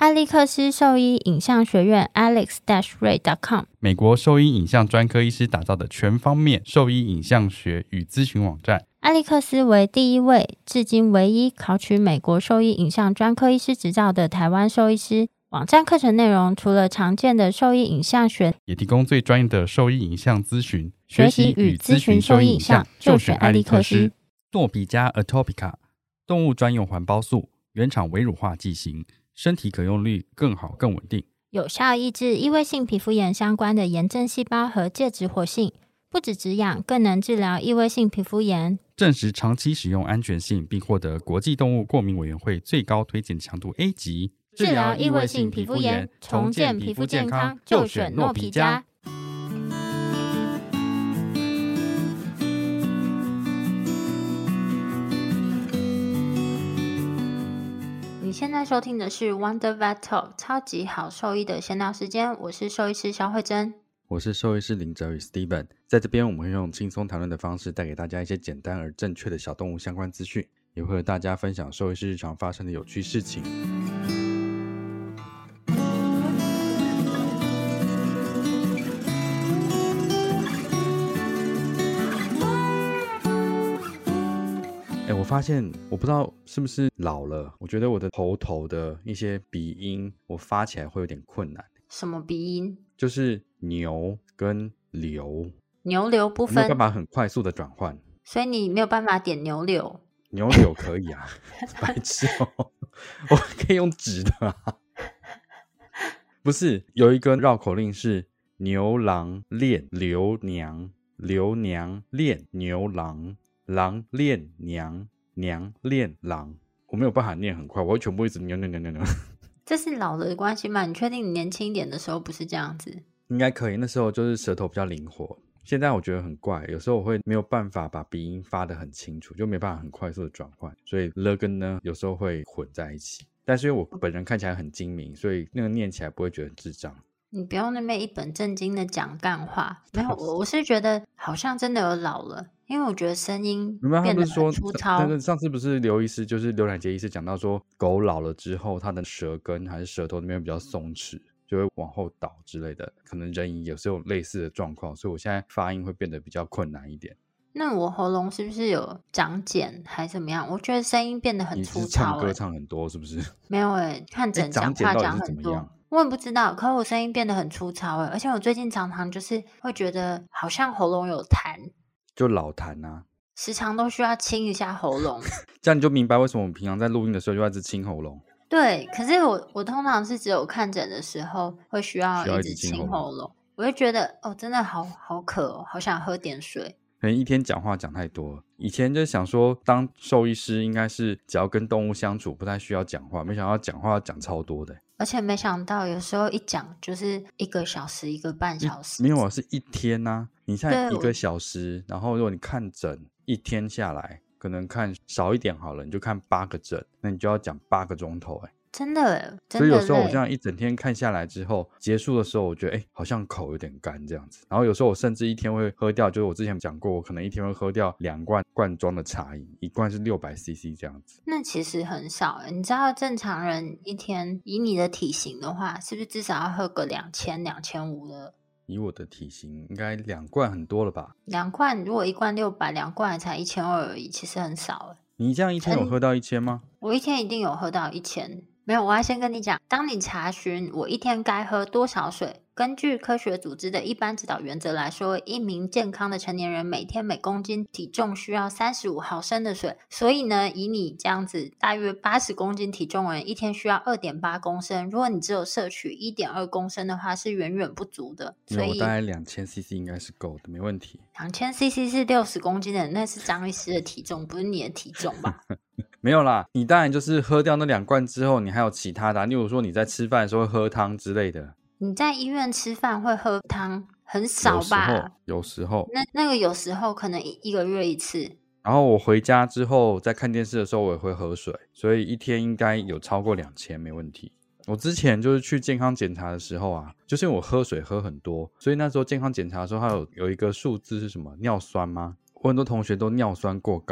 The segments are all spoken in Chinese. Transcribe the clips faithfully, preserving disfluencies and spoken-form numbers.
艾利克斯兽医影像学院 alex ray dot com， 美国兽医影像专科医师打造的全方面兽医影像学与咨询网站。 艾利克斯为第一位至今唯一考取美国兽医影像专科医师执照的台湾兽医师。网站课程内容除了常见的兽医影像学， 也提供最专业的兽医影像咨询。 学习与咨询兽医影像就选艾利克斯。 诺比加 Atopica 动物专用环孢素，原厂微乳化剂型，身体可用率更好更稳定， 有效抑制异位性皮肤炎相关的炎症细胞和介质活性，不止止痒，更能治疗异位性皮肤炎， 证实长期使用安全性，并获得国际动物过敏委员会最高推荐强度 A 级。 治疗异位性皮肤炎，重建皮肤健康，就选诺皮加。你现在收听的是 Wonder Vet Talk 超级好兽医的闲聊时间，我是兽医师肖慧珍， 我是兽医师林哲宇 Steven。 在这边我们会用轻松谈论的方式带给大家一些简单而正确的小动物相关资讯，也会和大家分享兽医师日常发生的有趣事情。欸、我发现我不知道是不是老了，我觉得我的喉头的一些鼻音我发起来会有点困难。 什么鼻音？就是牛跟流， 牛流不分， 没有办法很快速的转换， 所以你没有办法点牛柳。 牛柳可以啊白痴哦，我可以用直的啊不是，有一个绕口令是牛郎恋刘娘，刘娘恋牛郎，郎恋娘，娘恋郎。我没有办法念很快，我会全部一直扭扭扭扭扭。 这是老了的关系吗？你确定你年轻一点的时候不是这样子？ 应该可以，那时候就是舌头比较灵活。现在我觉得很怪，有时候我会没有办法把鼻音发得很清楚，就没办法很快速的转换，所以了跟呢有时候会混在一起。但是因为我本人看起来很精明，所以那个念起来不会觉得很智障。 你不用那边一本正经的讲干话。没有，我是觉得好像真的有老了，因为我觉得声音变得很粗糙。 那个上次不是刘医师，就是刘乃杰医师讲到说，狗老了之后，它的舌根还是舌头那边比较松弛，就会往后倒之类的。可能人也是有类似的状况，所以我现在发音会变得比较困难一点。 那我喉咙是不是有长茧还是怎么样？我觉得声音变得很粗糙、欸。 你是唱歌唱很多是不是？ 没有哎、欸，看诊讲话讲很多。我也不知道，可我声音变得很粗糙哎、欸，而且我最近常常就是会觉得好像喉咙有痰， 就老痰啊， 时常都需要清一下喉咙。 这样你就明白为什么我们平常在录音的时候就要一直清喉咙。 对，可是我我通常是只有看诊的时候会需要一直清喉咙，我就觉得哦，真的好好渴哦，好想喝点水。 可能一天讲话讲太多了，以前就想说当兽医师应该是只要跟动物相处不太需要讲话，没想到讲话要讲超多的， 而且没想到有时候一讲就是一个小时一个半小时。 没有啊，是一天啊，你看一个小时，然后如果你看诊一天下来可能看少一点好了，你就看八个诊，那你就要讲八个钟头哎， 真的，真的。 所以有时候我这样一整天看下来之后，结束的时候我觉得哎、欸，好像口有点干这样子。然后有时候我甚至一天会喝掉，就是我之前讲过，我可能一天会喝掉两罐罐装的茶饮，一罐是六百 C C 这样子。 那其实很少，你知道正常人一天以你的体型的话，是不是至少要喝个两千、两千五的？ 以我的体型应该两罐很多了吧？ 两罐，如果一罐六百，两罐才一千二而已，其实很少了。 你这样一天有喝到一千吗？ 我一天一定有喝到一千。没有，我要先跟你讲，当你查询我一天该喝多少水，根据科学组织的一般指导原则来说，一名健康的成年人每天每公斤体重需要三十五毫升的水。所以呢，以你这样子大约八十公斤体重的人，一天需要 二点八公升。如果你只有摄取 一点二公升的话，是远远不足的。所以我大概两千 C C 应该是够的，没问题。 两千 C C 是六十公斤的人，那是张医师的体重，不是你的体重吧？ 没有啦，你当然就是喝掉那两罐之后，你还有其他的、啊，例如说你在吃饭的时候会喝汤之类的。 你在医院吃饭会喝汤很少吧？ 有时候，有时候那那个有时候可能一个月一次。 然后我回家之后在看电视的时候我也会喝水，所以一天应该有超过两千没问题。我之前就是去健康检查的时候啊，就是因为我喝水喝很多，所以那时候健康检查的时候它有有一个数字是什么尿酸吗？我很多同学都尿酸过高，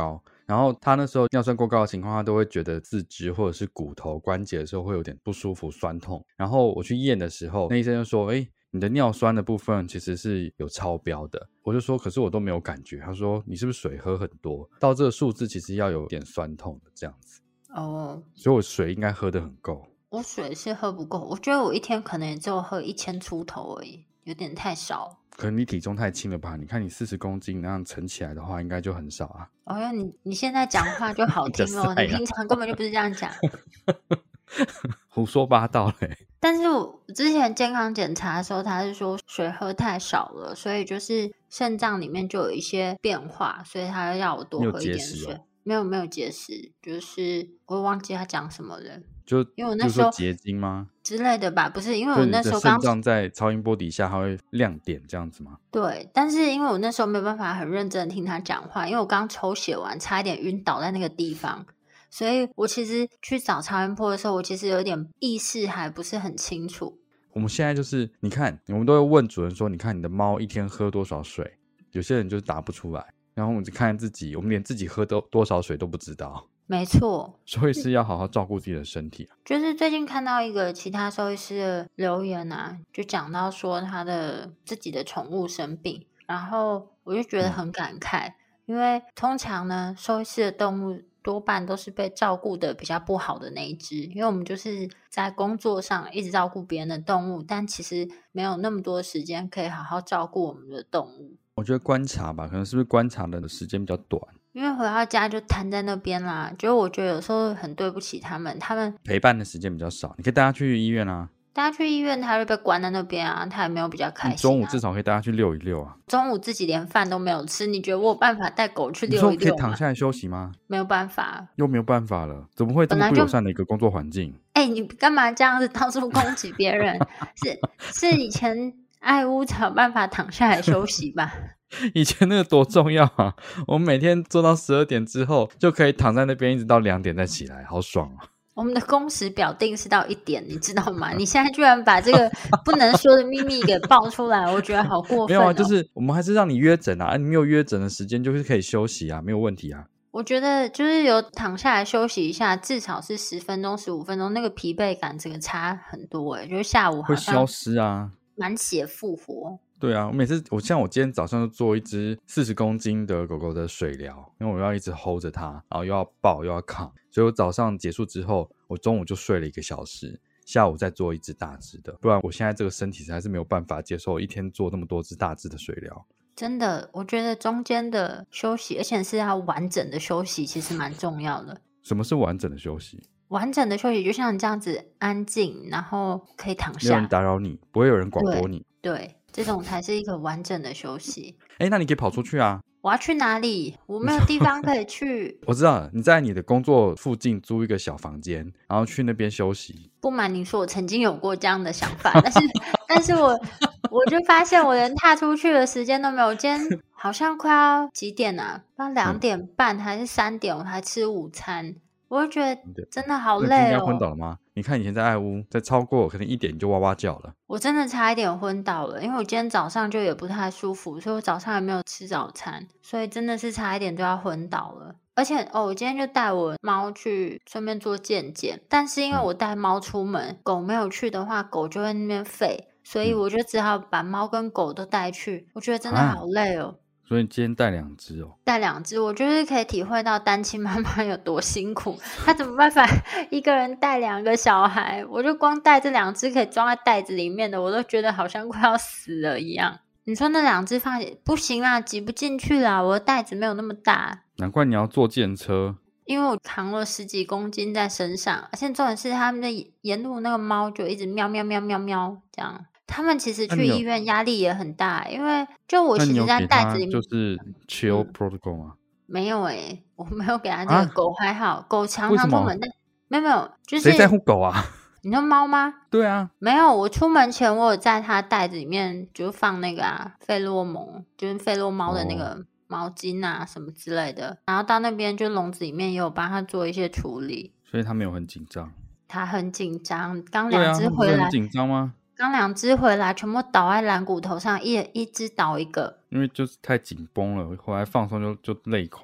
然后他那时候尿酸过高的情况，他都会觉得四肢或者是骨头关节的时候会有点不舒服酸痛。然后我去验的时候，那医生就说诶你的尿酸的部分其实是有超标的。我就说可是我都没有感觉。他说你是不是水喝很多，到这个数字其实要有点酸痛的这样子。 哦， 所以我水应该喝得很够。 我水是喝不够，我觉得我一天可能也只有喝一千出头而已，有点太少。 可能你体重太轻了吧？你看你四十公斤那样乘起来的话，应该就很少啊。 哦哟，你你现在讲话就好听哦，你平常根本就不是这样讲。 胡说八道嘞。 但是我之前健康检查的时候，他是说水喝太少了，所以就是肾脏里面就有一些变化，所以他要我多喝一点水。没有没有结石，就是我忘记他讲什么了。 就因为我那时候结晶吗之类的吧，不是因为我那时候刚肾脏在超音波底下它会亮点这样子吗？ 对，但是因为我那时候没有办法很认真的听他讲话，因为我刚抽血完差一点晕倒在那个地方，所以我其实去找超音波的时候，我其实有点意识还不是很清楚。 我们现在就是你看我们都会问主人说你看你的猫一天喝多少水，有些人就是答不出来，然后我们就看自己，我们连自己喝多多少水都不知道。 没错， 所以是要好好照顾自己的身体、啊、 就是最近看到一个其他兽医师的留言啊，就讲到说他的自己的宠物生病，然后我就觉得很感慨、嗯、因为通常呢兽医师的动物多半都是被照顾的比较不好的那一只，因为我们就是在工作上一直照顾别人的动物，但其实没有那么多时间可以好好照顾我们的动物。 我觉得观察吧，可能是不是观察的时间比较短， 因为回到家就瘫在那边啦，就我觉得有时候很对不起他们，他们陪伴的时间比较少。你可以带他去医院啊， 带他去医院他会被关在那边啊，他也没有比较开心、啊、 中午至少可以带他去遛一遛啊。 中午自己连饭都没有吃，你觉得我有办法带狗去遛一遛吗？ 你说可以躺下来休息吗？ 没有办法， 又没有办法了，怎么会这么不友善的一个工作环境？ 哎、欸，你干嘛这样子到处攻击别人？是是以前爱屋才有办法躺下来休息吧？ 以前那个多重要啊！我们每天做到十二点之后，就可以躺在那边一直到两点再起来，好爽啊！ 我们的工时表定是到一点，你知道吗？你现在居然把这个不能说的秘密给爆出来，我觉得好过分、哦。 没有啊，就是我们还是让你约诊啊，你没有约诊的时间就是可以休息啊，没有问题啊。 我觉得就是有躺下来休息一下，至少是十分钟、十五分钟，那个疲惫感整个差很多哎，就是下午好像会消失啊， 满血复活。 对啊，我每次我像我今天早上就做一只四十公斤的狗狗的水疗，因为我要一直 hold 着它，然后又要抱又要扛，所以我早上结束之后，我中午就睡了一个小时，下午再做一只大只的，不然我现在这个身体还是没有办法接受一天做那么多只大只的水疗。 真的，我觉得中间的休息，而且是要完整的休息，其实蛮重要的。 什么是完整的休息？ 完整的休息就像你这样子安静，然后可以躺下， 没有人打扰你，不会有人广播你。 对，对，这种才是一个完整的休息。 哎，那你可以跑出去啊。 我要去哪里？我没有地方可以去。 我知道你在你的工作附近租一个小房间，然后去那边休息。 不瞒你说，我曾经有过这样的想法，但是但是我我就发现我连踏出去的时间都没有。今天好像快要几点啊？到两点半还是三点，我才吃午餐。我就觉得真的好累哦。 应该昏倒了吗？你看以前在爱屋，在超过可能一点你就哇哇叫了。 我真的差一点昏倒了，因为我今天早上就也不太舒服，所以我早上也没有吃早餐，所以真的是差一点就要昏倒了。而且哦，我今天就带我猫去顺便做健检，但是因为我带猫出门、嗯、狗没有去的话，狗就会那边吠，所以我就只好把猫跟狗都带去。我觉得真的好累哦。 啊，所以你今天带两只哦？ 带两只，我就是可以体会到单亲妈妈有多辛苦。她怎么办法一个人带两个小孩？我就光带这两只可以装在袋子里面的，我都觉得好像快要死了一样。你说那两只放不行啦，挤不进去啦，我的袋子没有那么大。 难怪你要坐电车， 因为我扛了十几公斤在身上，而且重点是他们的沿路那个猫就一直喵喵喵喵喵这样。他们其实去医院压力也很大，因为就我其实在袋子里面就是 chill protocol 吗？ 嗯、没有诶、欸，我没有给他这个、啊、狗还好，狗常常出门，但没有没有，就是谁在乎狗啊？ 你说猫吗？ 对啊， 没有，我出门前我有在他袋子里面就放那个啊费洛蒙，就是费洛猫的那个毛巾啊、哦、什么之类的，然后到那边就笼子里面也有帮他做一些处理， 所以他没有很紧张。 他很紧张，刚两只回来， 对啊，很紧张吗？ 刚两只回来，全部倒在蓝骨头上，一一只倒一个， 因为就是太紧绷了，回来放松就就累垮了。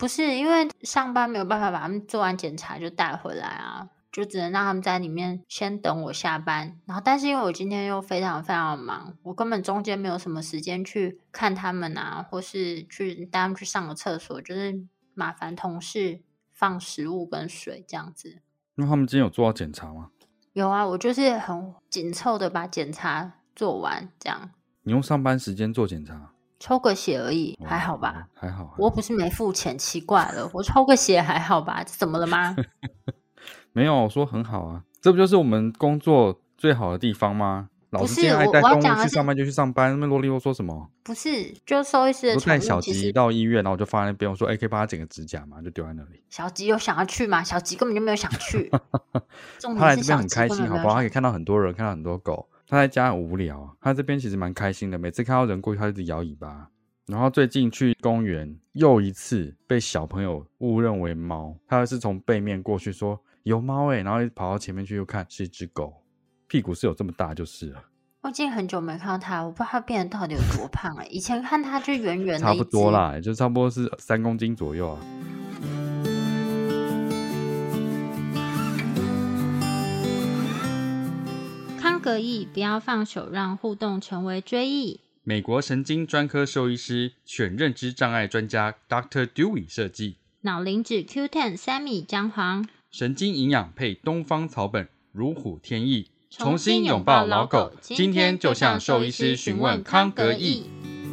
不是因为上班没有办法把他们做完检查就带回来啊，就只能让他们在里面先等我下班。然后但是因为我今天又非常非常忙，我根本中间没有什么时间去看他们啊，或是去带他们去上个厕所，就是麻烦同事放食物跟水这样子。 那他们今天有做到检查吗？ 有啊，我就是很紧凑的把检查做完这样。 你用上班时间做检查？ 抽个血而已，还好吧？ 还好，还好。 我不是没付钱，奇怪了，我抽个血还好吧？这怎么了吗？ 没有，我说很好啊，这不就是我们工作最好的地方吗？老师今天还带动物去上班就去上班，那边啰里啰嗦什么？ 不是，就兽医师的宠物， 带小吉到医院，然后我就放在那边，我说：“哎、欸，可以帮他剪个指甲吗？”就丢在那里。 小吉有想要去吗？小吉根本就没有想去。 他来这边很开心，好不好？他可以看到很多人，看到很多狗。他在家很无聊，他这边其实蛮开心的。每次看到人过去，他就一直摇尾巴。然后最近去公园，又一次被小朋友误认为猫，他是从背面过去说有猫哎、欸，然后跑到前面去又看是一只狗，屁股是有这么大就是了。 我已经很久没看到他，我不知道他变得到底有多胖哎、欸。以前看他就圆圆的， 差不多啦，就差不多是三公斤左右啊。 康格意不要放手，让互动成为追忆。 美国神经专科兽医师、选认知障碍专家 Doctor Dewey 设计。 脑磷脂 Q 十 Sammy 姜黄， 神经营养配东方草本，如虎添翼。重新拥抱老狗，今天就向兽医师询问康格意。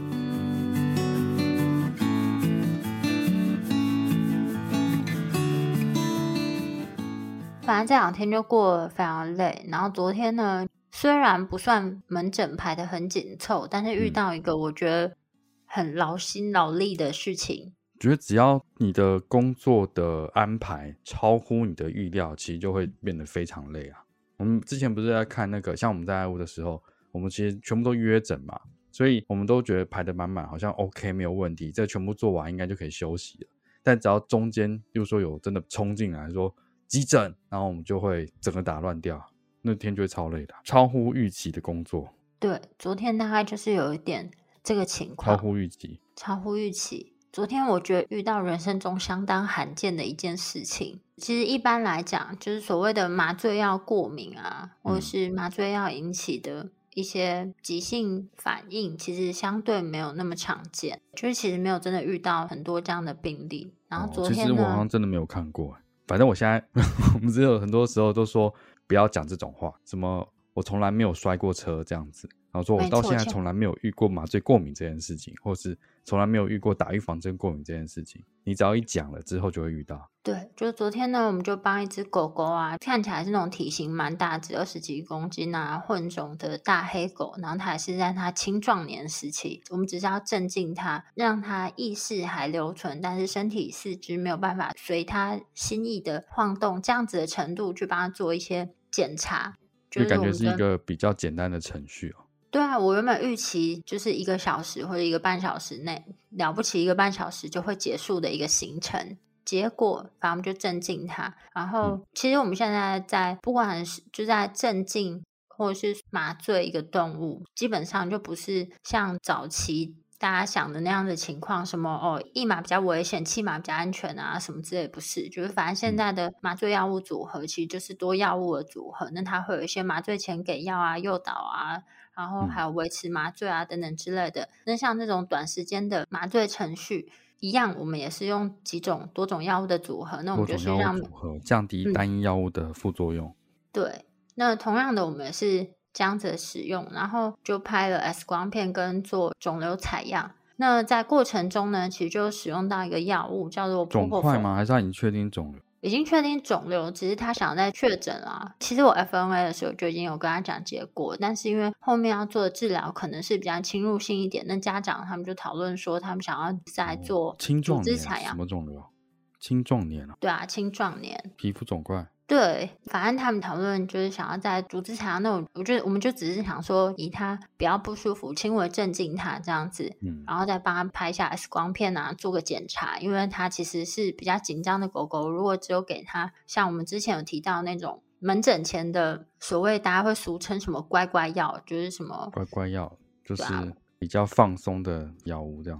反正这两天就过得非常累，然后昨天呢，虽然不算门诊排得很紧凑，但是遇到一个我觉得很劳心劳力的事情。 觉得只要你的工作的安排超乎你的预料，其实就会变得非常累啊。我们之前不是在看那个，像我们在爱屋的时候，我们其实全部都约诊嘛，所以我们都觉得排得满满，好像 OK 没有问题，这全部做完应该就可以休息了。但只要中间，比如说有真的冲进来说急诊，然后我们就会整个打乱掉，那天就会超累的，超乎预期的工作。 对，昨天大概就是有一点这个情况， 超乎预期， 超乎预期。昨天我觉得遇到人生中相当罕见的一件事情。其实一般来讲，就是所谓的麻醉药过敏啊，或者是麻醉药引起的一些急性反应，其实相对没有那么常见，就是其实没有真的遇到很多这样的病例。然后昨天呢、 哦、其实我好像真的没有看过。反正我现在我们只有很多时候都说不要讲这种话，什么我从来没有摔过车这样子，然后说我到现在从来没有遇过麻醉过敏这件事情，或是从来没有遇过打预防针过敏这件事情，你只要一讲了之后就会遇到。 对，就昨天呢，我们就帮一只狗狗啊，看起来是那种体型蛮大只，二十几公斤啊，混种的大黑狗，然后它还是在它青壮年时期，我们只是要镇静它，让它意识还留存，但是身体四肢没有办法随它心意的晃动，这样子的程度去帮它做一些检查， 就感觉是一个比较简单的程序哦。 对啊，我原本预期就是一个小时或者一个半小时内，了不起一个半小时就会结束的一个行程。结果反正我们就镇静它，然后、嗯、其实我们现在在不管是就在镇静或者是麻醉一个动物，基本上就不是像早期大家想的那样的情况，什么哦一麻比较危险，七麻比较安全啊什么之类，不是，就是反正现在的麻醉药物组合其实就是多药物的组合，那它会有一些麻醉前给药啊、诱导啊，然后还有维持麻醉啊等等之类的。那像这种短时间的麻醉程序一样，我们也是用几种多种药物的组合，那我们就是让多种药物组合降低单一药物的副作用、嗯、 对，那同样的我们也是这样子的使用，然后就拍了 X 光片跟做肿瘤采样。那在过程中呢，其实就使用到一个药物叫做肿块吗？还是他已经确定肿瘤？ 已经确定肿瘤，只是他想再确诊啦。其实我 F N A 的时候就已经有跟他讲结果，但是因为后面要做的治疗可能是比较侵入性一点，那家长他们就讨论说他们想要再做组织采样。 什么肿瘤？青壮年啊？ 对啊，青壮年皮肤肿块。 对，反正他们讨论就是想要在组织采样，那我觉得我们就只是想说以他比较不舒服轻微镇静他这样子、嗯、然后再帮他拍下 X 光片啊，做个检查，因为他其实是比较紧张的狗狗，如果只有给他像我们之前有提到那种门诊前的所谓大家会俗称什么乖乖药，就是什么乖乖药，就是比较放松的药物这样子。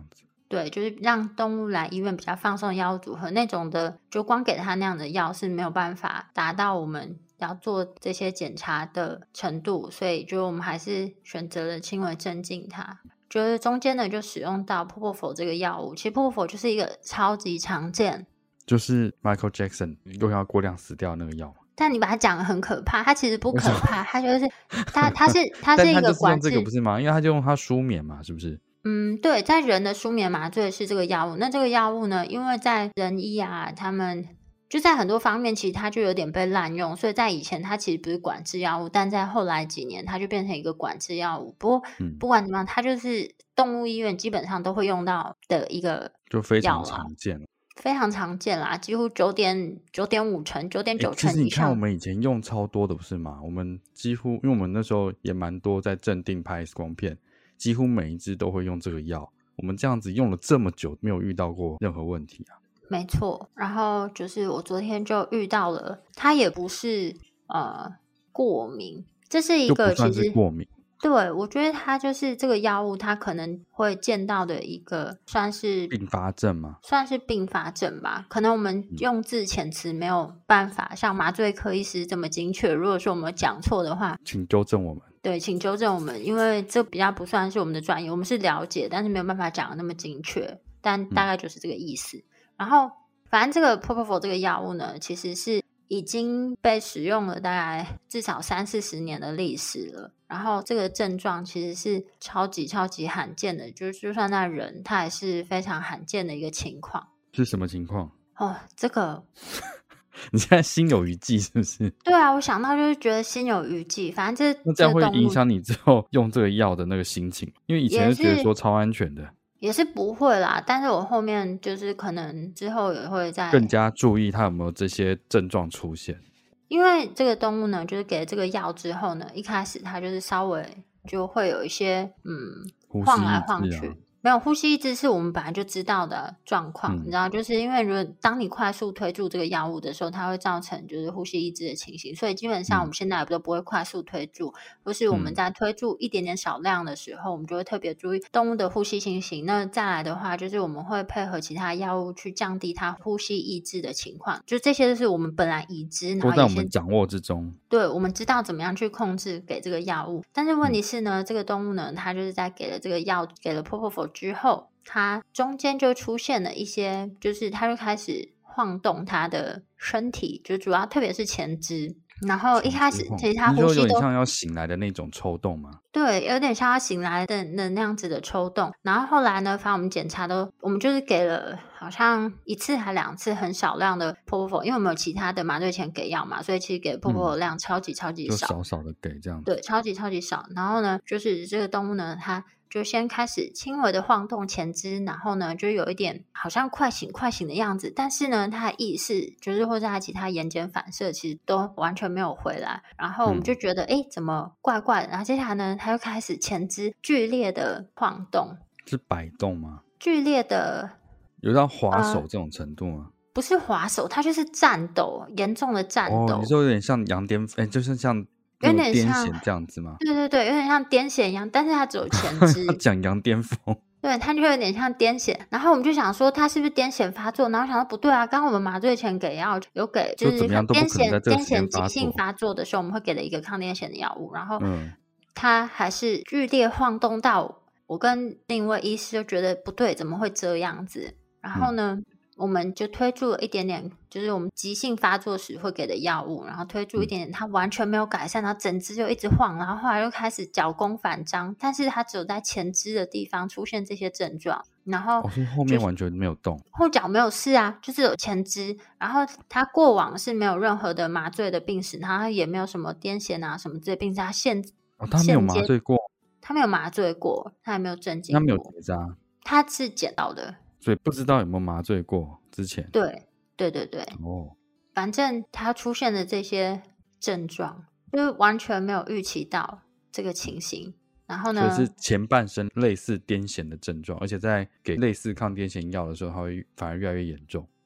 对，就是让动物来医院比较放松的药物组合，那种的就光给他那样的药是没有办法达到我们要做这些检查的程度，所以就我们还是选择了轻微镇静它。就是中间呢就使用到 Propofol 这个药物，其实 Propofol 就是一个超级常见， 就是 Michael Jackson 用药过量死掉那个药， 但你把它讲得很可怕，它其实不可怕，它就是它它是它是一个管制， 但他就是用这个不是吗？因为他就用它舒眠嘛，是不是？ 嗯，对，在人的舒眠麻醉是这个药物。那这个药物呢，因为在人医啊，他们就在很多方面，其实它就有点被滥用，所以在以前它其实不是管制药物，但在后来几年，它就变成一个管制药物。不过， 嗯， 不管怎么样，它就是动物医院基本上都会用到的一个就非常药啦常见。 非常常见啦，几乎九点九点五成、九点九其实你成以上。 看我们以前用超多的不是吗？我们几乎因为我们那时候也蛮多在镇定拍 X 光片，几乎每一支都会用这个药。我们这样子用了这么久，没有遇到过任何问题啊。 没错，然后就是我昨天就遇到了，它也不是呃过敏，这是一就不算个其实是过敏。 对，我觉得它就是这个药物，它可能会见到的一个算是并发症吗？ 算是并发症吧。可能我们用字遣词没有办法像麻醉科医师这么精确。如果说我们讲错的话， 请纠正我们。 对，请纠正我们，因为这比较不算是我们的专业，我们是了解，但是没有办法讲的那么精确。但大概就是这个意思。嗯、然后，反正这个 Propofol 这个药物呢，其实是已经被使用了大概至少三四十年的历史了。然后这个症状其实是超级超级罕见的，就是就算在人，它也是非常罕见的一个情况。 是什么情况？ 哦，这个你现在心有余悸是不是？ 对啊，我想到就是觉得心有余悸。反正这那这样会影响你之后用这个药的那个心情，因为以前就觉得说超安全的。 也是不会啦，但是我后面就是可能之后也会再更加注意它有没有这些症状出现。 因为这个动物呢，就是给了这个药之后呢，一开始它就是稍微就会有一些嗯晃来晃去。没有呼吸抑制是我们本来就知道的状况、嗯、你知道，就是因为如果当你快速推注这个药物的时候，它会造成就是呼吸抑制的情形，所以基本上我们现在也都不会快速推注、嗯、或是我们在推注一点点少量的时候、嗯、我们就会特别注意动物的呼吸情形。那再来的话就是我们会配合其他药物去降低它呼吸抑制的情况，就这些都是我们本来已知，然后都在我们掌握之中。 对，我们知道怎么样去控制给这个药物。但是问题是呢、嗯、这个动物呢，它就是在给了这个药给了 Propofol 之后，它中间就出现了一些，就是它就开始晃动它的身体，就主要特别是前肢。然后一开始其实它呼吸都有点像要醒来的那种抽动吗？ 对，有点像要醒来的的那样子的抽动。然后后来呢，反正我们检查都，我们就是给了好像一次还两次很少量的 Propofol， 因为我们有其他的麻醉前给药嘛，所以其实给 Propofol 量超级超级少， 就少少的给这样子。 对，超级超级少。然后呢，就是这个动物呢，它就先开始轻微的晃动前肢，然后呢就有一点好像快醒快醒的样子，但是呢它的意识就是或者它其他眼睑反射其实都完全没有回来。然后我们就觉得哎、嗯，怎么怪怪的，然后接下来呢它就开始前肢剧烈的晃动。 是摆动吗？ 剧烈的有到滑手这种程度吗？呃、 不是滑手，它就是颤抖，严重的颤抖。 哦，你说有点像羊癫哎，就是像有点像癫痫这样子吗？ 对对对，有点像癫痫一样，但是它只有前肢。 讲羊癫疯。 对，它就有点像癫痫。然后我们就想说，它是不是癫痫发作？然后想说不对啊，刚刚我们麻醉前给药有给，就是癫痫癫痫急性发作的时候，我们会给了一个抗癫痫的药物，然后它还是剧烈晃动到我跟另一位医师就觉得不对，怎么会这样子？然后呢？嗯我们就推注了一点点，就是我们急性发作时会给的药物，然后推注一点点，它完全没有改善，然后整只就一直晃，然后后来又开始脚弓反张，但是它只有在前肢的地方出现这些症状，然后、 就是哦、后面完全没有动， 后脚没有事啊，就是有前肢，然后它过往是没有任何的麻醉的病史，它也没有什么癫痫啊什么这些病史，它现哦，他没有麻醉过， 他没有麻醉过，他也没有镇静过， 他没有结扎， 他是捡到的。 所以不知道有没有麻醉过之前。 对对对对， 哦， 反正他出现的这些症状，就是完全没有预期到这个情形。然后呢， 所以是前半生类似癫痫的症状，而且在给类似抗癫痫药的时候，它会反而越来越严重。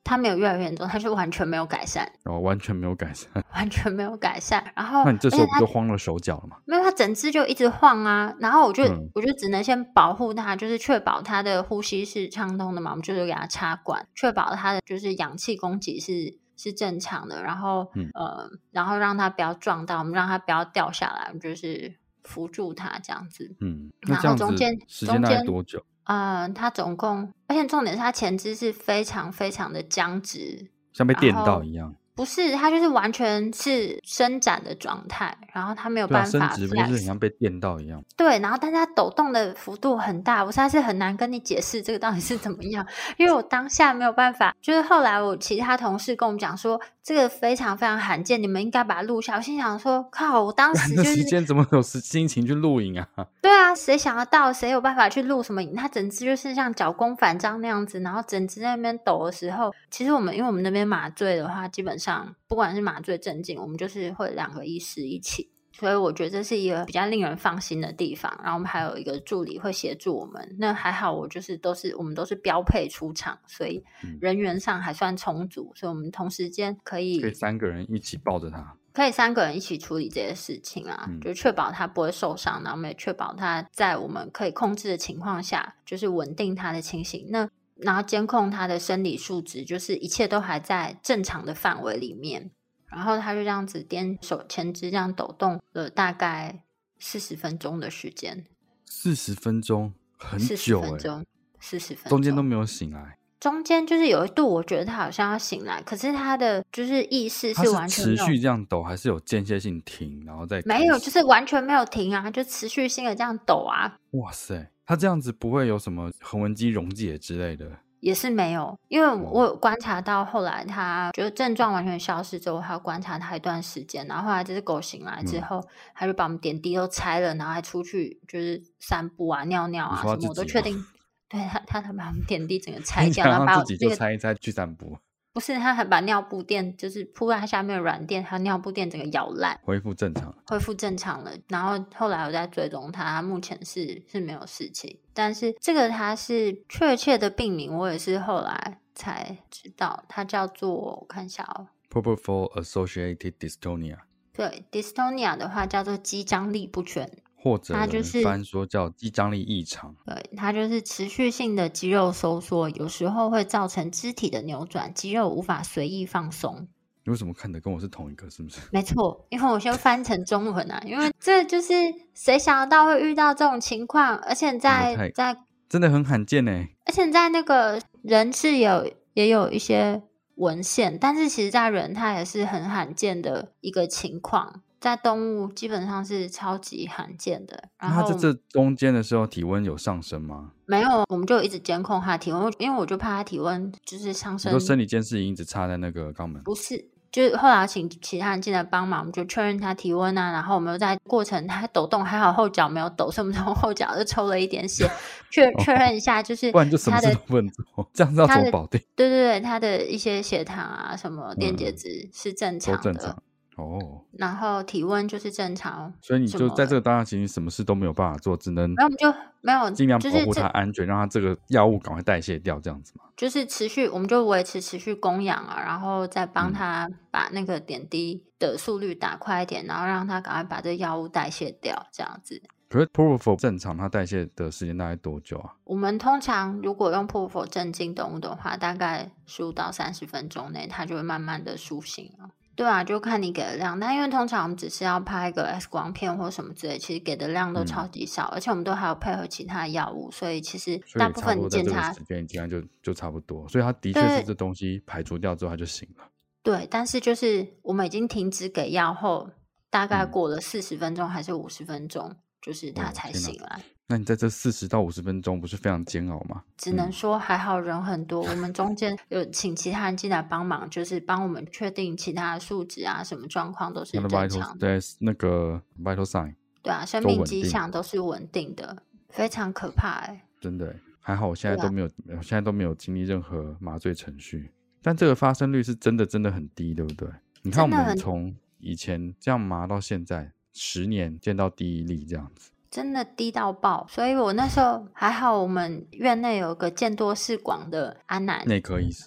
他没有越来越严重，他就完全没有改善， 哦，完全没有改善， 完全没有改善。然后那你这时候不就慌了手脚了吗？ 没有，他整只就一直晃啊，然后我就、 嗯、 我就只能先保护他，就是确保他的呼吸是畅通的嘛，我们就是给他插管，确保他的就是氧气供给是是正常的，然后、嗯、呃，然后让他不要撞到，我们让他不要掉下来，我们就是扶住他这样子。 嗯，那这样子然后中间时间大概多久？ 嗯、呃，他总共，而且重点是他前肢是非常非常的僵直， 像被电到一样。 不是，他就是完全是伸展的状态，然后他没有办法 flex， 对啊，伸直不就是很像被电到一样？ 对，然后但是他抖动的幅度很大，我实在是很难跟你解释这个到底是怎么样，因为我当下没有办法。就是后来我其他同事跟我们讲说，这个非常非常罕见，你们应该把它录下。我心想说，靠，我当时就是那时间怎么有心情去录影啊？ 对啊，谁想得到，谁有办法去录什么影？他整只就是像脚弓反张那样子，然后整只在那边抖的时候，其实我们因为我们那边麻醉的话，基本上不管是麻醉镇静，我们就是会两个医师一起，所以我觉得这是一个比较令人放心的地方。然后我们还有一个助理会协助我们，那还好，我就是都是我们都是标配出场，所以人员上还算充足，所以我们同时间可以可以三个人一起抱着他。 可以三个人一起处理这些事情啊、嗯、就确保他不会受伤，然后我们也确保他在我们可以控制的情况下就是稳定他的情形，那然后监控他的生理数值，就是一切都还在正常的范围里面。然后他就这样子颠手前肢这样抖动了大概四十分钟的时间。 四十分钟很久、欸、 四十分钟四十分钟中间都没有醒来。 中间就是有一度我觉得他好像要醒来，可是他的就是意识是完全没有， 持续这样抖还是有间歇性停然后再没有，就是完全没有停啊，就持续性的这样抖啊。 哇塞，他这样子不会有什么横纹肌溶解之类的？ 也是没有，因为我有观察到后来他觉得症状完全消失之后，还要观察他一段时间，然后后来这只狗醒来之后、嗯、他就把我们点滴都拆了，然后还出去就是散步啊尿尿啊什么，我都确定对他他才把我们点滴整个拆掉，然后把我、 自己就拆一拆去散步。 不是，他还把尿布垫就是铺在下面的软垫还有尿布垫整个咬烂， 恢复正常恢复正常了。然后后来我在追踪他，他目前是是没有事情，但是这个他是确切的病名我也是后来才知道，它叫做我看一下哦 Propofol Associated Dystonia。 对， Dystonia 的话叫做肌张力不全， 或者有人翻说叫肌张力异常。 对，它就是持续性的肌肉收缩，有时候会造成肢体的扭转，肌肉无法随意放松。 你为什么看的跟我是同一个是不是？ 没错，因为我先翻成中文啊，因为这就是谁想得到会遇到这种情况，而且在在真的很罕见耶， 而且在那个人是有也有一些文献，但是其实在人它也是很罕见的一个情况，在动物基本上是超级罕见的。然后他在这中间的时候体温有上升吗？ 没有，我们就一直监控他的体温，因为我就怕他体温就是上升。 你说生理监视仪一直插在那个肛门？ 不是，就是后来请其他人进来帮忙，我们就确认他体温啊，然后我们又在过程他抖动，还好后脚没有抖，所以我们从后脚就抽了一点血，确确认一下，就是不然就什么事都不能做，这样子要怎么保定？ 对对对，他的一些血糖啊，什么电解质是正常的， 都正常哦。 然后体温就是正常， 所以你就在这个当下，其实什么事都没有办法做，只能然后我们就没有尽量保护它安全，让它这个药物赶快代谢掉，这样子嘛。 就是持续，我们就维持持续供氧啊，然后再帮他把那个点滴的速率打快一点，然后让他赶快把这药物代谢掉，这样子。 可是 Propofol 正常它代谢的时间大概多久啊？ 我们通常如果用 Propofol 镇静动物的话，大概十五到三十分钟内它就会慢慢的苏醒了。对啊，就看你给的量，但因为通常我们只是要拍一个 X 光片或什么之类，其实给的量都超级少、嗯、而且我们都还有配合其他药物，所以其实大部分检查时间这样就就差不多，所以它的确是这东西排除掉之后它就醒了。 对，但是就是我们已经停止给药后，大概过了四十分钟还是五十分钟、嗯、就是它才醒来、哦。 那你在这四十到五十分钟不是非常煎熬吗？ 只能说还好人很多、嗯、我们中间有请其他人进来帮忙，就是帮我们确定其他的数值啊什么状况都是正常的， 对，那个 vital sign 对啊，生命迹象都是稳定的，非常可怕哎、欸， 真的还好我现在都没有、啊、我现在都没有经历任何麻醉程序，但这个发生率是真的真的很低，对不对？你看我们从以前这样麻到现在十年见到第一例这样子， 真的低到爆，所以我那时候还好，我们院内有个见多识广的阿南内科医师，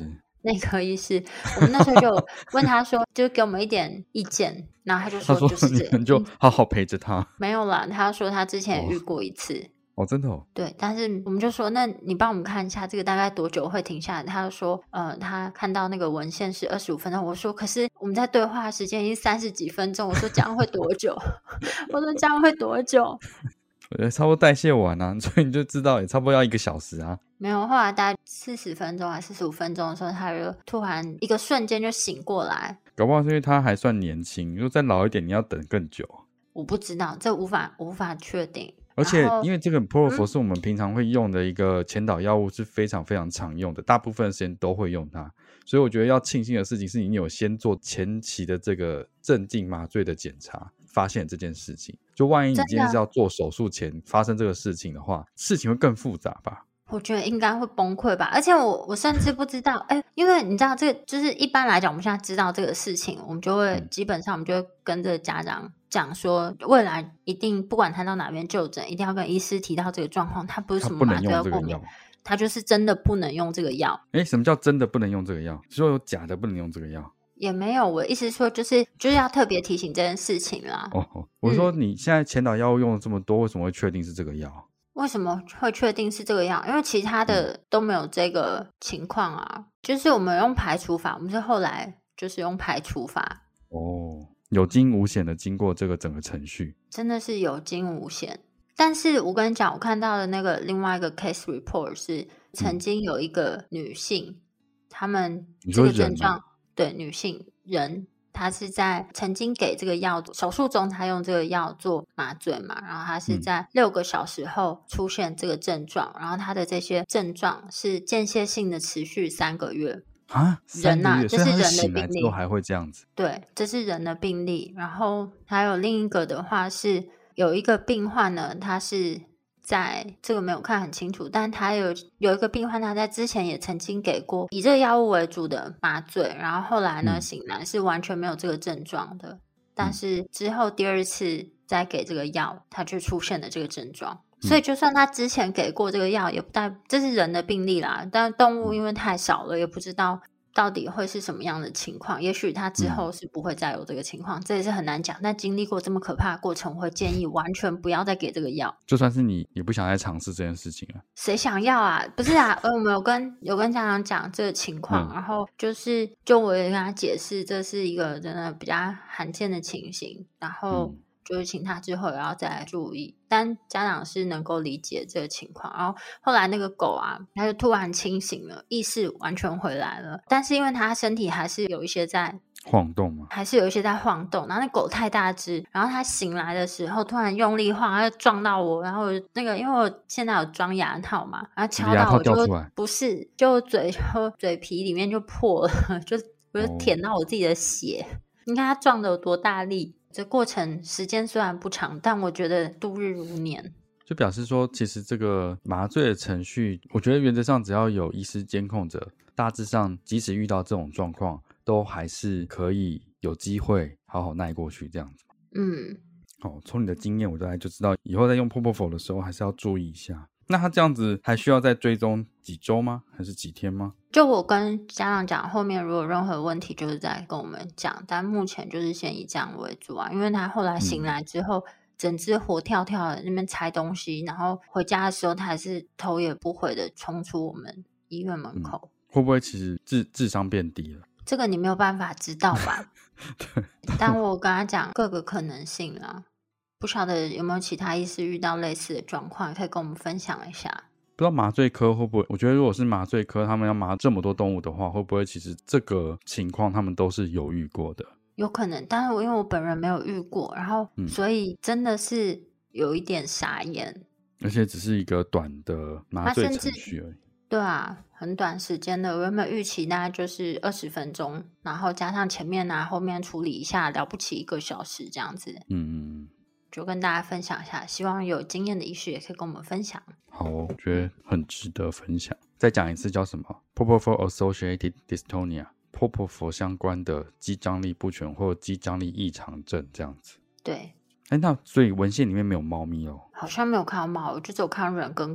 内科医师，我们那时候就问他说，就给我们一点意见，然后他就他说说就是这你们就好好陪着他。 没有啦，他说他之前也哦遇过一次。 哦，真的哦。 对，但是我们就说，那你帮我们看一下这个大概多久会停下来？他就说，呃，他看到那个文献是二十五分钟。我说，可是我们在对话的时间已经三十几分钟。我说这样会多久？我说这样会多久？ 我觉得差不多代谢完啊，所以你就知道也差不多要一个小时啊。 没有，后来大概四十分钟还四十五分钟的时候，他就突然一个瞬间就醒过来。 搞不好是因为他还算年轻，如果再老一点，你要等更久。 我不知道，这无法无法确定。 而且然后因为这个 Propofol 是我们平常会用的一个前导药物，是非常非常常用的，大部分的时间都会用它。所以我觉得要庆幸的事情是你有先做前期的这个镇静麻醉的检查，发现这件事情。就万一你今天是要做手术前发生这个事情的话，事情会更复杂吧。 我觉得应该会崩溃吧，而且我我甚至不知道，哎，因为你知道这个就是一般来讲，我们现在知道这个事情，我们就会、嗯、基本上我们就会跟这个家长讲说，未来一定不管他到哪边就诊，一定要跟医师提到这个状况，他不是什么麻醉要过敏，他就是真的不能用这个药。 哎，什么叫真的不能用这个药？说有假的不能用这个药？ 也没有，我的意思说就是就是要特别提醒这件事情啦。 哦，我说你现在前导药物用了这么多，为什么会确定是这个药？ 为什么会确定是这个药？因为其他的都没有这个情况啊、嗯、就是我们用排除法，我们是后来就是用排除法。 哦，有惊无险的经过这个整个程序， 真的是有惊无险。但是我跟你讲，我看到的那个另外一个 case report 是曾经有一个女性、嗯、他们这个症状、啊、对女性人他是在曾经给这个药手术中他用这个药做麻醉嘛，然后他是在六个小时后出现这个症状、嗯、然后他的这些症状是间歇性的持续三个月啊， 人啊，这是人的病例， 都还会这样子。 对，这是人的病例。然后还有另一个的话是有一个病患呢，他是在这个没有看很清楚，但他有有一个病患，他在之前也曾经给过以这个药物为主的麻醉，然后后来呢、嗯、醒来是完全没有这个症状的，但是之后第二次再给这个药，他就出现了这个症状。所以就算他之前给过这个药，也不代这是人的病例啦，但动物因为太少了，也不知道到底会是什么样的情况，也许他之后是不会再有这个情况、嗯、这也是很难讲。但经历过这么可怕的过程，我会建议完全不要再给这个药。 就算是你也不想再尝试这件事情了。 谁想要啊？不是啊，我们有跟有跟家长讲这个情况、嗯、然后就是就我也跟他解释这是一个真的比较罕见的情形，然后、嗯就是请他之后也要再来注意，但家长是能够理解这个情况。然后后来那个狗啊，它就突然清醒了，意识完全回来了，但是因为它身体还是有一些在晃动嘛， 还是有一些在晃动。然后那狗太大只，然后它醒来的时候突然用力晃，它就撞到我，然后那个因为我现在有装牙套嘛，然后敲到我就不是，就嘴就嘴皮里面就破了，就我就舔到我自己的血。哦、你看它撞的有多大力。这过程时间虽然不长，但我觉得度日如年。 就表示说其实这个麻醉的程序，我觉得原则上只要有医师监控着，大致上即使遇到这种状况都还是可以有机会好好耐过去这样子。 嗯， 好，从你的经验我大概就知道以后在用 Propofol 的时候还是要注意一下。那他这样子还需要再追踪几周吗？还是几天吗？ 就我跟家长讲，后面如果有任何问题就是再跟我们讲，但目前就是先以这样为主啊。因为他后来醒来之后、嗯、整只活跳跳的那边拆东西，然后回家的时候他还是头也不回的冲出我们医院门口、 嗯、会不会其实 智, 智商变低了？ 这个你没有办法知道吧？ 对， 但我跟他讲各个可能性啊，不晓得有没有其他医师遇到类似的状况，可以跟我们分享一下。 不知道麻醉科会不会，我觉得如果是麻醉科他们要麻这么多动物的话，会不会其实这个情况他们都是有遇过的？ 有可能，但是我因为我本人没有遇过，然后、嗯、所以真的是有一点傻眼。 而且只是一个短的麻醉程序而已。 对啊，很短时间的，我原本预期大概就是二十分钟，然后加上前面啊后面处理一下，了不起一个小时这样子。 嗯嗯， 就跟大家分享一下，希望有经验的医师也可以跟我们分享。 好、哦，我觉得很值得分享。再讲一次叫什么 Propofol Associated Dystonia， Propofol 相关的肌张力不全或肌张力异常症这样子。 对， 哎，那所以文献里面没有猫咪哦？ 好像没有看到猫，我就只有看到人跟狗。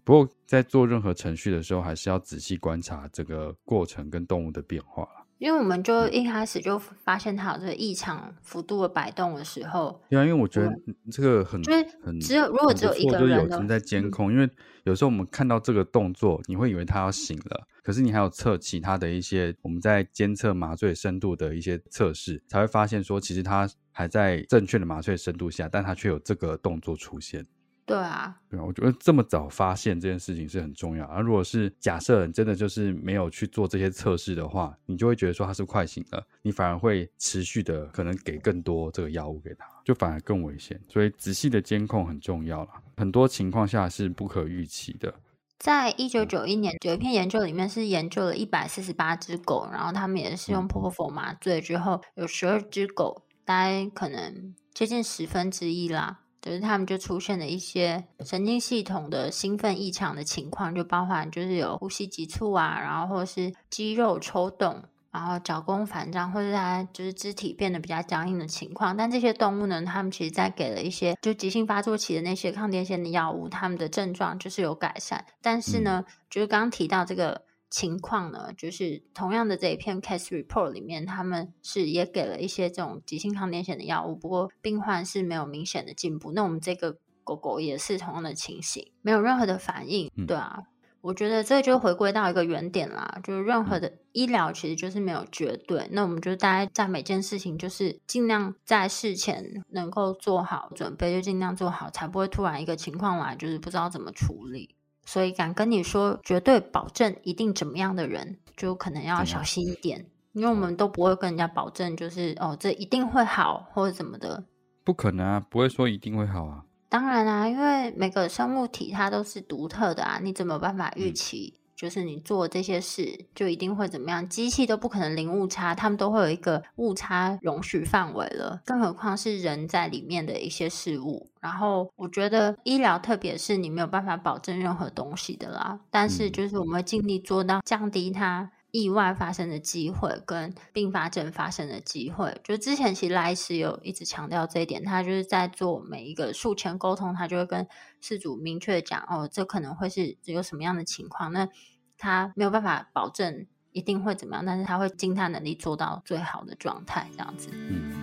不过在做任何程序的时候还是要仔细观察这个过程跟动物的变化啦。 因为我们就一开始就发现它有这个异常幅度的摆动的时候， 对啊，因为我觉得这个很就是很只有如果只有一个人的， 就是有人在监控、嗯、因为有时候我们看到这个动作你会以为他要醒了，可是你还有测其他的一些我们在监测麻醉深度的一些测试，才会发现说其实他还在正确的麻醉深度下，但他却有这个动作出现。 对啊， 对啊，我觉得这么早发现这件事情是很重要。而、啊、如果是假设你真的就是没有去做这些测试的话，你就会觉得说他是快醒了，你反而会持续的可能给更多这个药物给他，就反而更危险。所以仔细的监控很重要啦，很多情况下是不可预期的。 在一九九一年有一篇研究里面是研究了一百四十八只狗，然后他们也是用 Propofol 麻醉之后，有十二只狗，大概可能接近十分之一啦，就是他们就出现了一些神经系统的兴奋异常的情况，就包含就是有呼吸急促啊，然后或是肌肉抽动，然后脚弓反张，或者它就是肢体变得比较僵硬的情况。但这些动物呢，他们其实在给了一些就急性发作期的那些抗癫痫的药物，他们的症状就是有改善。但是呢、嗯、就是刚刚提到这个情况呢，就是同样的这一篇 case report 里面，他们是也给了一些这种急性抗癫痫的药物，不过病患是没有明显的进步。那我们这个狗狗也是同样的情形，没有任何的反应、嗯、对啊，我觉得这就回归到一个原点啦，就是任何的医疗其实就是没有绝对，那我们就大概在每件事情就是尽量在事前能够做好准备，就尽量做好，才不会突然一个情况来就是不知道怎么处理。所以敢跟你说绝对保证一定怎么样的人，就可能要小心一点，因为我们都不会跟人家保证就是哦这一定会好或者怎么的， 不可能啊，不会说一定会好啊。 当然啊，因为每个生物体它都是独特的啊，你怎么办法预期、嗯、就是你做这些事就一定会怎么样，机器都不可能零误差，他们都会有一个误差容许范围了，更何况是人在里面的一些事物。然后我觉得医疗特别是你没有办法保证任何东西的啦，但是就是我们会尽力做到降低它意外发生的机会跟并发症发生的机会。就之前其实赖医师有一直强调这一点，他就是在做每一个术前沟通，他就会跟饲主明确的讲哦，这可能会是有什么样的情况，那他没有办法保证一定会怎么样，但是他会尽他能力做到最好的状态这样子。嗯，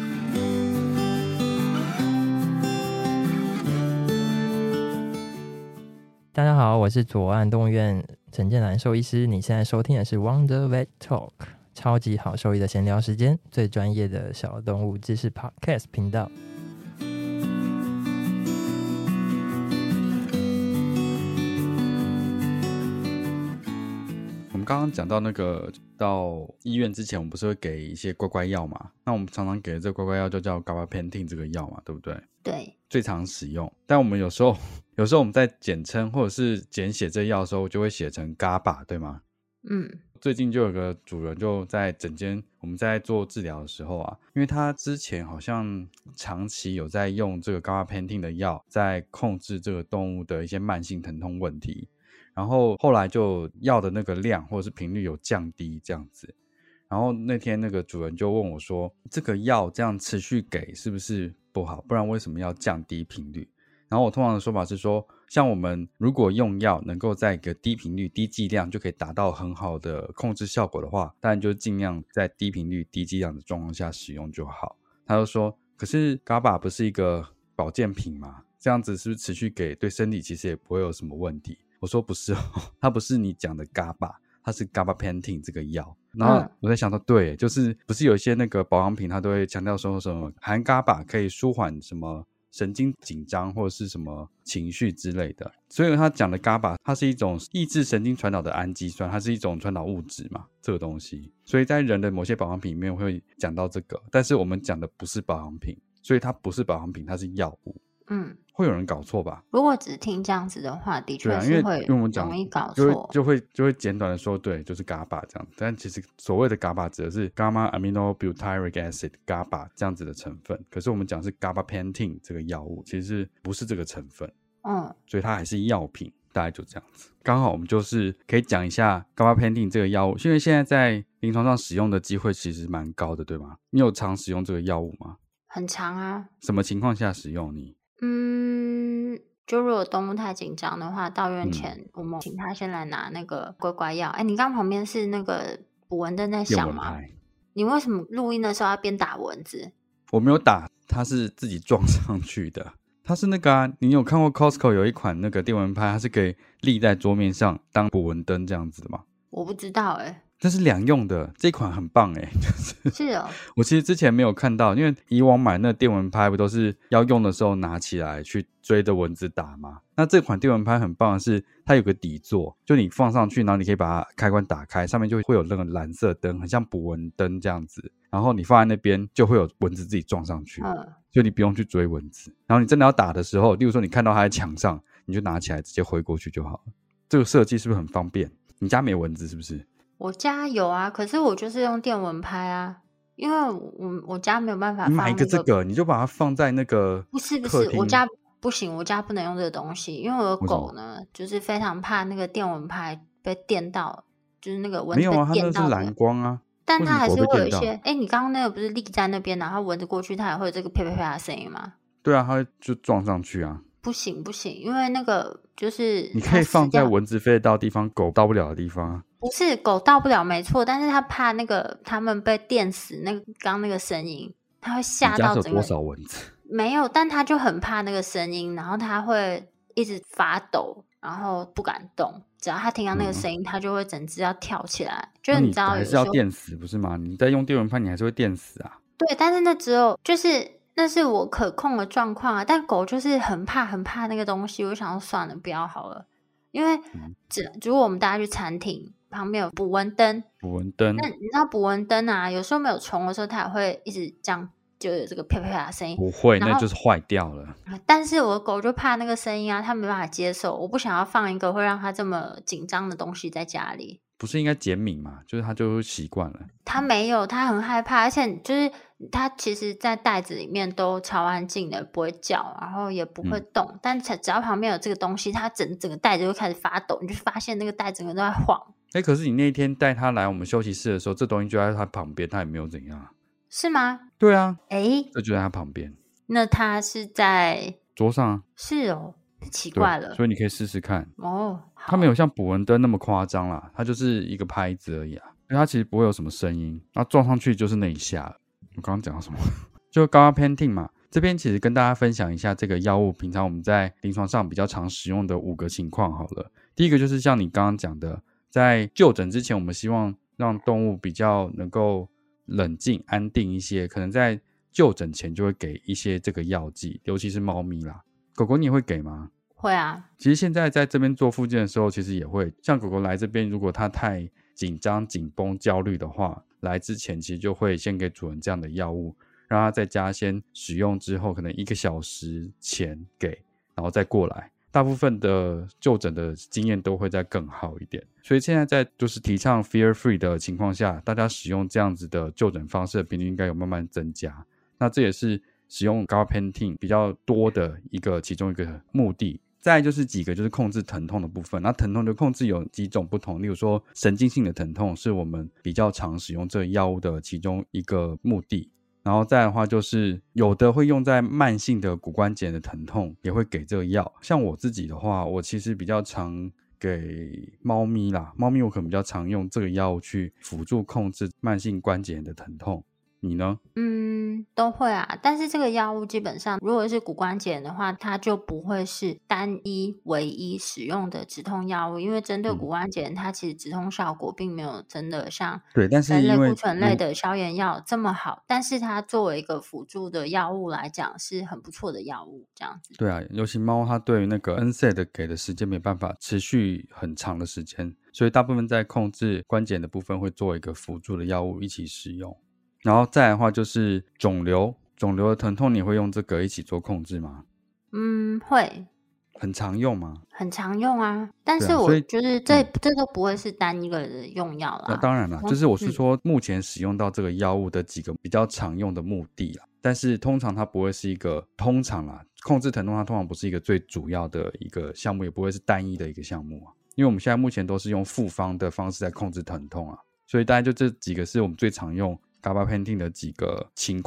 大家好，我是左岸动物园陈建南兽医师，你现在收听的是 Wonder Vet Talk， 超级好兽医的闲聊时间，最专业的小动物知识 Podcast 频道。 我们刚刚讲到那个到医院之前我们不是会给一些乖乖药嘛，那我们常常给的这个乖乖药就叫 gabapentin 这个药嘛，对不对？ 对， 最常使用。但我们有时候有时候我们在简称或者是简写这药的时候就会写成 G A B A 对吗？ 嗯， 最近就有个主人就在诊间我们在做治疗的时候啊，因为他之前好像长期有在用这个 gabapentin 的药在控制这个动物的一些慢性疼痛问题，然后后来就药的那个量或者是频率有降低这样子。然后那天那个主人就问我说，这个药这样持续给是不是不好，不然为什么要降低频率？然后我通常的说法是说，像我们如果用药能够在一个低频率低剂量就可以达到很好的控制效果的话，当然就尽量在低频率低剂量的状况下使用就好。他就说，可是 G A B A 不是一个保健品吗？这样子是不是持续给对身体其实也不会有什么问题？我说不是哦，它不是你讲的 G A B A， 它是 gabapentin 这个药。然后我在想说，对，就是不是有一些那个保养品它都会强调说什么含 G A B A 可以舒缓什么神经紧张或者是什么情绪之类的，所以他讲的 G A B A 它是一种抑制神经传导的氨基酸，它是一种传导物质嘛，这个东西，所以在人的某些保养品里面会讲到这个，但是我们讲的不是保养品，所以它不是保养品，它是药物。嗯，会有人搞错吧？ 如果只听这样子的话，的确是会容易搞错， 就会就会就会简短的说，对，就是 G A B A 这样。但其实所谓的 G A B A 指的是 gamma aminobutyric acid G A B A 这样子的成分，可是我们讲是 gabapentin 这个药物，其实不是这个成分，嗯，所以它还是药品，大概就这样子。刚好我们就是可以讲一下 gabapentin 这个药物，因为现在在临床上使用的机会其实蛮高的，对吗？你有常使用这个药物吗？ 很常啊。 什么情况下使用你？ 嗯， 就如果动物太紧张的话，到院前、嗯、我们请他先来拿那个乖乖药。哎，你刚旁边是那个捕蚊灯在响吗？你为什么录音的时候要边打蚊子？ 我没有打，它是自己撞上去的。它是那个啊，你有看过 Costco 有一款那个电蚊拍，它是可以立在桌面上当捕蚊灯这样子的吗？ 我不知道哎、欸。 这是两用的，这款很棒哎、欸，就是是哦。 我其实之前没有看到，因为以往买那个电蚊拍不都是要用的时候拿起来去追着蚊子打吗？那这款电蚊拍很棒的是，它有个底座，就你放上去，然后你可以把它开关打开，上面就会有那个蓝色灯，很像捕蚊灯这样子。然后你放在那边，就会有蚊子自己撞上去，嗯，所以你不用去追蚊子。然后你真的要打的时候，例如说你看到它在墙上，你就拿起来直接挥过去就好了。这个设计是不是很方便？你家没蚊子是不是？ 我家有啊，可是我就是用电蚊拍啊，因为我我家没有办法放、那個、 你买一个这个，你就把它放在那个不是不是，我家不行，我家不能用这个东西，因为我的狗呢，就是非常怕那个电蚊拍被电到，就是那个蚊子被电到的。 没有啊，它那是蓝光啊， 但它还是会有一些。哎，你刚刚那个不是立在那边，然后蚊子过去，它也会有这个啪啪啪的声音吗？ 对啊，它就撞上去啊。 不行不行，因为那个就是你可以放在蚊子飞得到的地方，狗到不了的地方啊。 不是，狗到不了没错，但是他怕那个他们被电死，那个刚刚那个声音，他会吓到整个。 你家有多少蚊子？ 没有，但他就很怕那个声音，然后他会一直发抖，然后不敢动。只要他听到那个声音，嗯、他就会整只要跳起来。就你知道， 还是要电死不是吗？你在用电蚊拍，你还是会电死啊。 对，但是那只有就是那是我可控的状况啊，但狗就是很怕很怕那个东西，我想说算了，不要好了，因为只如果我们大家去餐厅。旁边有捕蚊灯， 捕蚊灯。 那你知道捕蚊灯啊？有时候没有虫的时候，它也会一直这样，就有这个啪啪啪的声音。 不会，那就是坏掉了。 但是我的狗就怕那个声音啊，它没办法接受。我不想要放一个会让它这么紧张的东西在家里。 不是应该减敏嘛？就是它就习惯了。 它没有，它很害怕，而且就是它其实，在袋子里面都超安静的，不会叫，然后也不会动。嗯、但只要旁边有这个东西，它整整个袋子就开始发抖，你就发现那个袋整个都在晃。 哎、欸，可是你那一天带他来我们休息室的时候，这东西就在他旁边，他也没有怎样， 是吗？ 对啊， 哎、欸， 这就在他旁边。 那他是在桌上啊？ 是哦，奇怪了。 所以你可以试试看哦。 它没有像捕蚊灯那么夸张啦，它就是一个拍子而已啊，因为它其实不会有什么声音，然后撞上去就是那一下了。我刚刚讲到什么？就Gabapentin嘛。这边其实跟大家分享一下这个药物平常我们在临床上比较常使用的五个情况好了。第一个就是像你刚刚讲的。在就诊之前，我们希望让动物比较能够冷静安定一些，可能在就诊前就会给一些这个药剂，尤其是猫咪啦。狗狗你也会给吗？ 会啊。 其实现在在这边做复健的时候，其实也会，像狗狗来这边，如果它太紧张、紧绷、焦虑的话，来之前其实就会先给主人这样的药物，让它在家先使用之后，可能一个小时前给，然后再过来。大部分的就诊的经验都会再更好一点，所以现在在就是提倡 fear free 的情况下，大家使用这样子的就诊方式的频率应该有慢慢增加。那这也是使用 Gabapentin 比较多的一个其中一个目的。再来就是几个就是控制疼痛的部分，那疼痛的控制有几种不同，例如说神经性的疼痛是我们比较常使用这个药物的其中一个目的。然后再来的话就是有的会用在慢性的骨关节的疼痛也会给这个药，像我自己的话我其实比较常给猫咪啦，猫咪我可能比较常用这个药物去辅助控制慢性关节的疼痛。你呢？ 嗯，都会啊，但是这个药物基本上如果是骨关节的话，它就不会是单一唯一使用的止痛药物，因为针对骨关节、嗯、它其实止痛效果并没有真的像对，但是因为类固醇类的消炎药这么好，但是它作为一个辅助的药物来讲是很不错的药物这样子。 对啊，尤其猫它对于那个 N SAID 给的时间没办法持续很长的时间，所以大部分在控制关节的部分会做一个辅助的药物一起使用。然后再来的话就是肿瘤，肿瘤的疼痛你会用这个一起做控制吗？ 嗯，会。 很常用吗？ 很常用啊，但是我就是这、啊嗯、这都不会是单一个的用药啦。 那当然了，就是我是说目前使用到这个药物的几个比较常用的目的啦，但是通常它不会是一个通常啦，控制疼痛它通常不是一个最主要的一个项目，也不会是单一的一个项目啊，因为我们现在目前都是用复方的方式在控制疼痛啊，所以大概就这几个是我们最常用Gabapentin 的几个情况。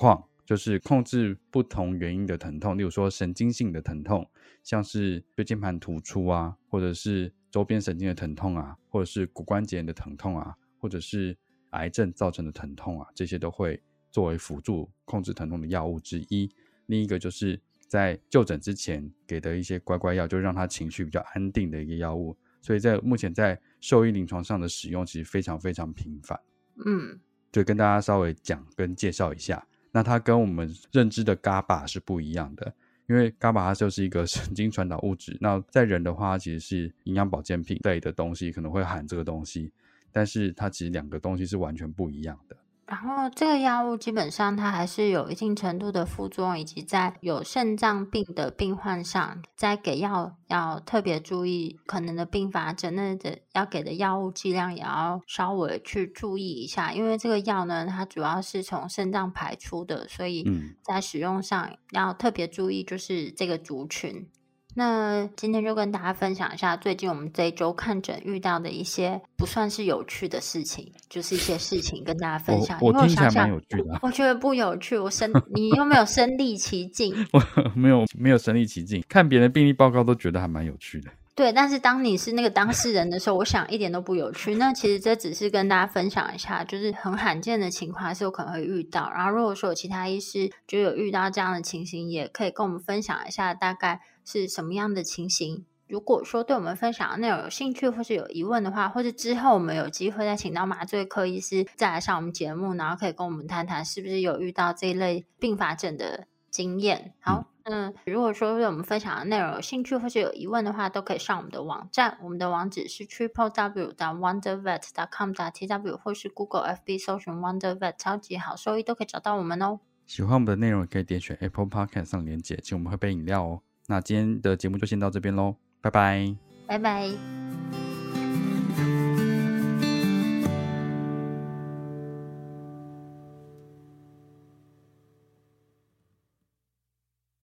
就是控制不同原因的疼痛，例如说神经性的疼痛，像是椎间盘突出啊，或者是周边神经的疼痛啊，或者是骨关节炎的疼痛啊，或者是癌症造成的疼痛啊，这些都会作为辅助控制疼痛的药物之一。另一个就是在就诊之前给的一些乖乖药，就让他情绪比较安定的一个药物，所以在目前在兽医临床上的使用其实非常非常频繁。 嗯， 就跟大家稍微讲跟介绍一下，那它跟我们认知的 GABA 是不一样的，因为 GABA 它就是一个神经传导物质，那在人的话它其实是营养保健品类的东西，可能会含这个东西，但是它其实两个东西是完全不一样的。 然后这个药物基本上它还是有一定程度的副作用，以及在有肾脏病的病患上，在给药要特别注意可能的并发症，那的要给的药物剂量也要稍微去注意一下，因为这个药呢它主要是从肾脏排出的，所以在使用上要特别注意就是这个族群。那今天就跟大家分享一下最近我们这一周看诊遇到的一些不算是有趣的事情，就是一些事情跟大家分享。 我, 我听起来蛮有趣的、啊、 我觉得不有趣，我身你又没有身临其境我没有没有身临其境，看别人的病历报告都觉得还蛮有趣的。 对，但是当你是那个当事人的时候，我想一点都不有趣。那其实这只是跟大家分享一下，就是很罕见的情况还是有可能会遇到。然后如果说有其他医师就有遇到这样的情形，也可以跟我们分享一下大概是什么样的情形。如果说对我们分享的内容有兴趣或是有疑问的话，或者之后我们有机会再请到麻醉科医师再来上我们节目，然后可以跟我们谈谈是不是有遇到这一类并发症的经验。好，嗯，如果说对我们分享的内容有兴趣或是有疑问的话，都可以上我们的网站，我们的网址是 triple w dot wondervet dot com dot t w 或是 Google F B 搜寻 wondervet 超级好兽医都可以找到我们哦。 喜欢我们的内容也可以点选 Apple Podcast 上连结，请我们喝杯饮料哦。那今天的节目就先到这边咯，拜拜， 拜拜。